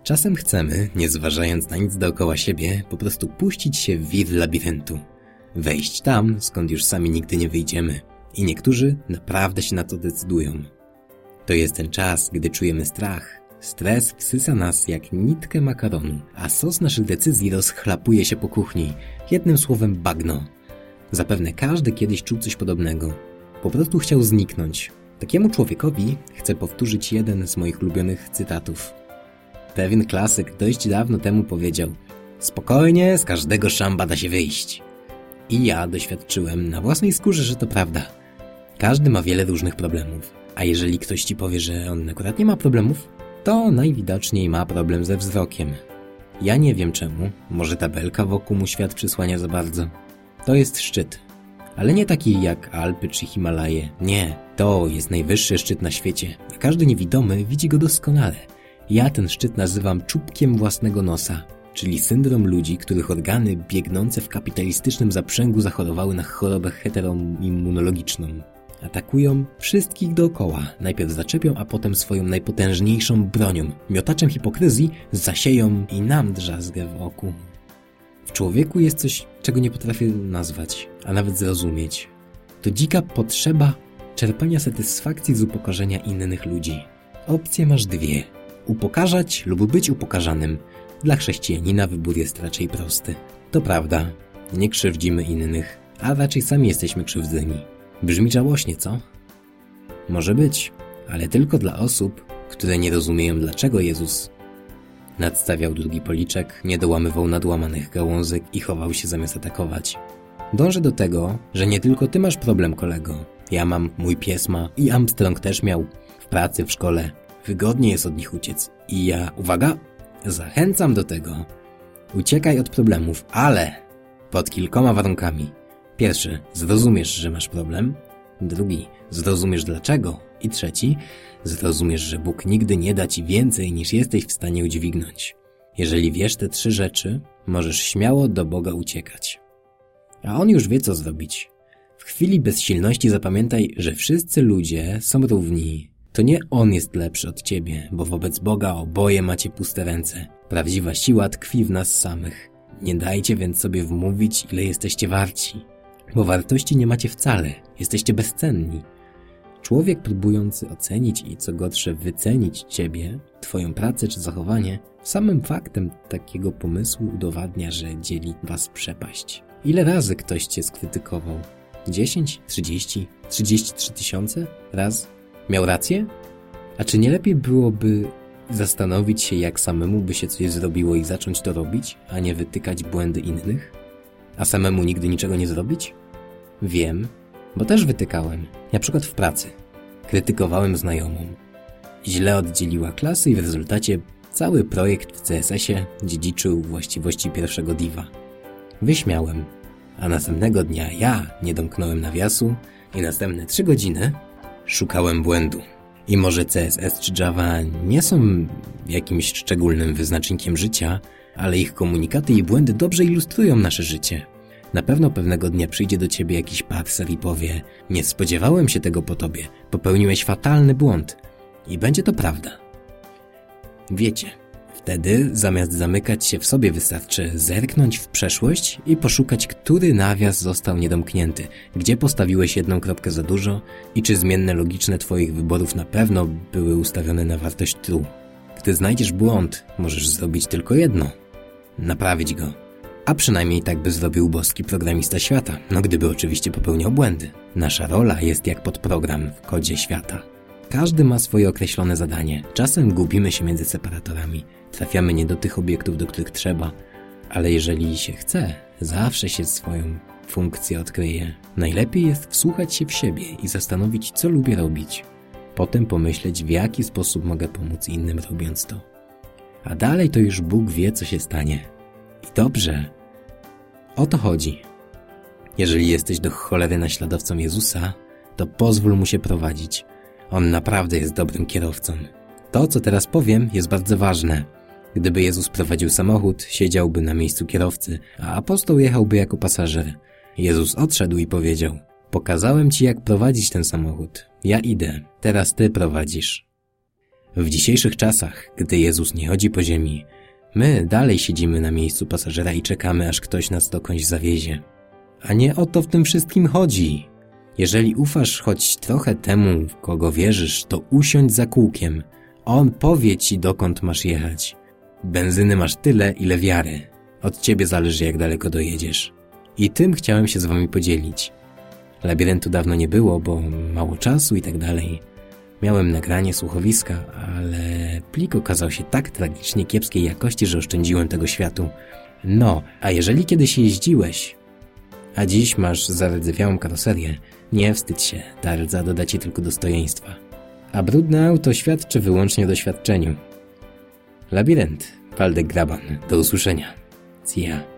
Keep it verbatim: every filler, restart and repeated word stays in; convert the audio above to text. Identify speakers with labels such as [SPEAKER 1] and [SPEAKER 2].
[SPEAKER 1] Czasem chcemy, nie zważając na nic dookoła siebie, po prostu puścić się w wir labiryntu. Wejść tam, skąd już sami nigdy nie wyjdziemy. I niektórzy naprawdę się na to decydują. To jest ten czas, gdy czujemy strach. Stres wsysa nas jak nitkę makaronu, a sos naszych decyzji rozchlapuje się po kuchni. Jednym słowem bagno. Zapewne każdy kiedyś czuł coś podobnego. Po prostu chciał zniknąć. Takiemu człowiekowi chcę powtórzyć jeden z moich ulubionych cytatów. Pewien klasyk dość dawno temu powiedział: spokojnie, z każdego szamba da się wyjść. I ja doświadczyłem na własnej skórze, że to prawda. Każdy ma wiele różnych problemów. A jeżeli ktoś ci powie, że on akurat nie ma problemów, to najwidoczniej ma problem ze wzrokiem. Ja nie wiem czemu, może tabelka wokół mu świat przysłania za bardzo. To jest szczyt. Ale nie taki jak Alpy czy Himalaje. Nie, to jest najwyższy szczyt na świecie, a każdy niewidomy widzi go doskonale. Ja ten szczyt nazywam czubkiem własnego nosa, czyli syndrom ludzi, których organy biegnące w kapitalistycznym zaprzęgu zachorowały na chorobę heteroimmunologiczną. Atakują wszystkich dookoła. Najpierw zaczepią, a potem swoją najpotężniejszą bronią, miotaczem hipokryzji, zasieją i nam drzazgę w oku. W człowieku jest coś, czego nie potrafię nazwać, a nawet zrozumieć. To dzika potrzeba czerpania satysfakcji z upokorzenia innych ludzi. Opcje masz dwie. Upokarzać lub być upokarzanym. Dla chrześcijanina wybór jest raczej prosty. To prawda, nie krzywdzimy innych, a raczej sami jesteśmy krzywdzeni. Brzmi żałośnie, co? Może być, ale tylko dla osób, które nie rozumieją, dlaczego Jezus nadstawiał drugi policzek, nie dołamywał nadłamanych gałązek i chował się zamiast atakować. Dążę do tego, że nie tylko ty masz problem, kolego. Ja mam, mój pies ma i Armstrong też miał. W pracy, w szkole. Wygodnie jest od nich uciec. I ja, uwaga, zachęcam do tego. Uciekaj od problemów, ale pod kilkoma warunkami. Pierwszy, zrozumiesz, że masz problem. Drugi, zrozumiesz dlaczego. I trzeci, zrozumiesz, że Bóg nigdy nie da ci więcej, niż jesteś w stanie udźwignąć. Jeżeli wiesz te trzy rzeczy, możesz śmiało do Boga uciekać. A On już wie, co zrobić. W chwili bezsilności zapamiętaj, że wszyscy ludzie są równi. To nie On jest lepszy od ciebie, bo wobec Boga oboje macie puste ręce. Prawdziwa siła tkwi w nas samych. Nie dajcie więc sobie wmówić, ile jesteście warci. Bo wartości nie macie wcale. Jesteście bezcenni. Człowiek próbujący ocenić i co gorsze wycenić ciebie, twoją pracę czy zachowanie, samym faktem takiego pomysłu udowadnia, że dzieli was przepaść. Ile razy ktoś cię skrytykował? dziesięć? trzydzieści? trzydzieści trzy tysiące? Raz? Miał rację? A czy nie lepiej byłoby zastanowić się, jak samemu by się coś zrobiło i zacząć to robić, a nie wytykać błędy innych? A samemu nigdy niczego nie zrobić? Wiem, bo też wytykałem. Na przykład w pracy. Krytykowałem znajomą. Źle oddzieliła klasy i w rezultacie cały projekt w C S S ie dziedziczył właściwości pierwszego diva. Wyśmiałem, a następnego dnia ja nie domknąłem nawiasu i następne trzy godziny szukałem błędu. I może C S S czy Java nie są jakimś szczególnym wyznacznikiem życia, ale ich komunikaty i błędy dobrze ilustrują nasze życie. Na pewno pewnego dnia przyjdzie do ciebie jakiś parser i powie: nie spodziewałem się tego po tobie, popełniłeś fatalny błąd. I będzie to prawda. Wiecie, wtedy zamiast zamykać się w sobie wystarczy zerknąć w przeszłość i poszukać, który nawias został niedomknięty, gdzie postawiłeś jedną kropkę za dużo i czy zmienne logiczne twoich wyborów na pewno były ustawione na wartość true. Gdy znajdziesz błąd, możesz zrobić tylko jedno. Naprawić go. A przynajmniej tak by zrobił boski programista świata, no gdyby oczywiście popełniał błędy. Nasza rola jest jak podprogram w kodzie świata. Każdy ma swoje określone zadanie. Czasem gubimy się między separatorami. Trafiamy nie do tych obiektów, do których trzeba. Ale jeżeli się chce, zawsze się swoją funkcję odkryje. Najlepiej jest wsłuchać się w siebie i zastanowić, co lubię robić. Potem pomyśleć, w jaki sposób mogę pomóc innym robiąc to. A dalej to już Bóg wie, co się stanie. I dobrze. O to chodzi. Jeżeli jesteś do cholery naśladowcą Jezusa, to pozwól Mu się prowadzić. On naprawdę jest dobrym kierowcą. To, co teraz powiem, jest bardzo ważne. Gdyby Jezus prowadził samochód, siedziałby na miejscu kierowcy, a apostoł jechałby jako pasażer. Jezus odszedł i powiedział: pokazałem ci, jak prowadzić ten samochód. Ja idę, teraz ty prowadzisz. W dzisiejszych czasach, gdy Jezus nie chodzi po ziemi, my dalej siedzimy na miejscu pasażera i czekamy, aż ktoś nas dokądś zawiezie. A nie o to w tym wszystkim chodzi. Jeżeli ufasz choć trochę temu, w kogo wierzysz, to usiądź za kółkiem. On powie ci, dokąd masz jechać. Benzyny masz tyle, ile wiary. Od ciebie zależy, jak daleko dojedziesz. I tym chciałem się z wami podzielić. Labiryntu dawno nie było, bo mało czasu i tak dalej. Miałem nagranie słuchowiska, ale plik okazał się tak tragicznie kiepskiej jakości, że oszczędziłem tego światu. No, a jeżeli kiedyś jeździłeś, a dziś masz zardzewiałą karoserię, nie wstydź się, ta rdza doda ci tylko dostojeństwa. A brudne auto świadczy wyłącznie o doświadczeniu. Labirynt, Waldek Graban, do usłyszenia. See ya.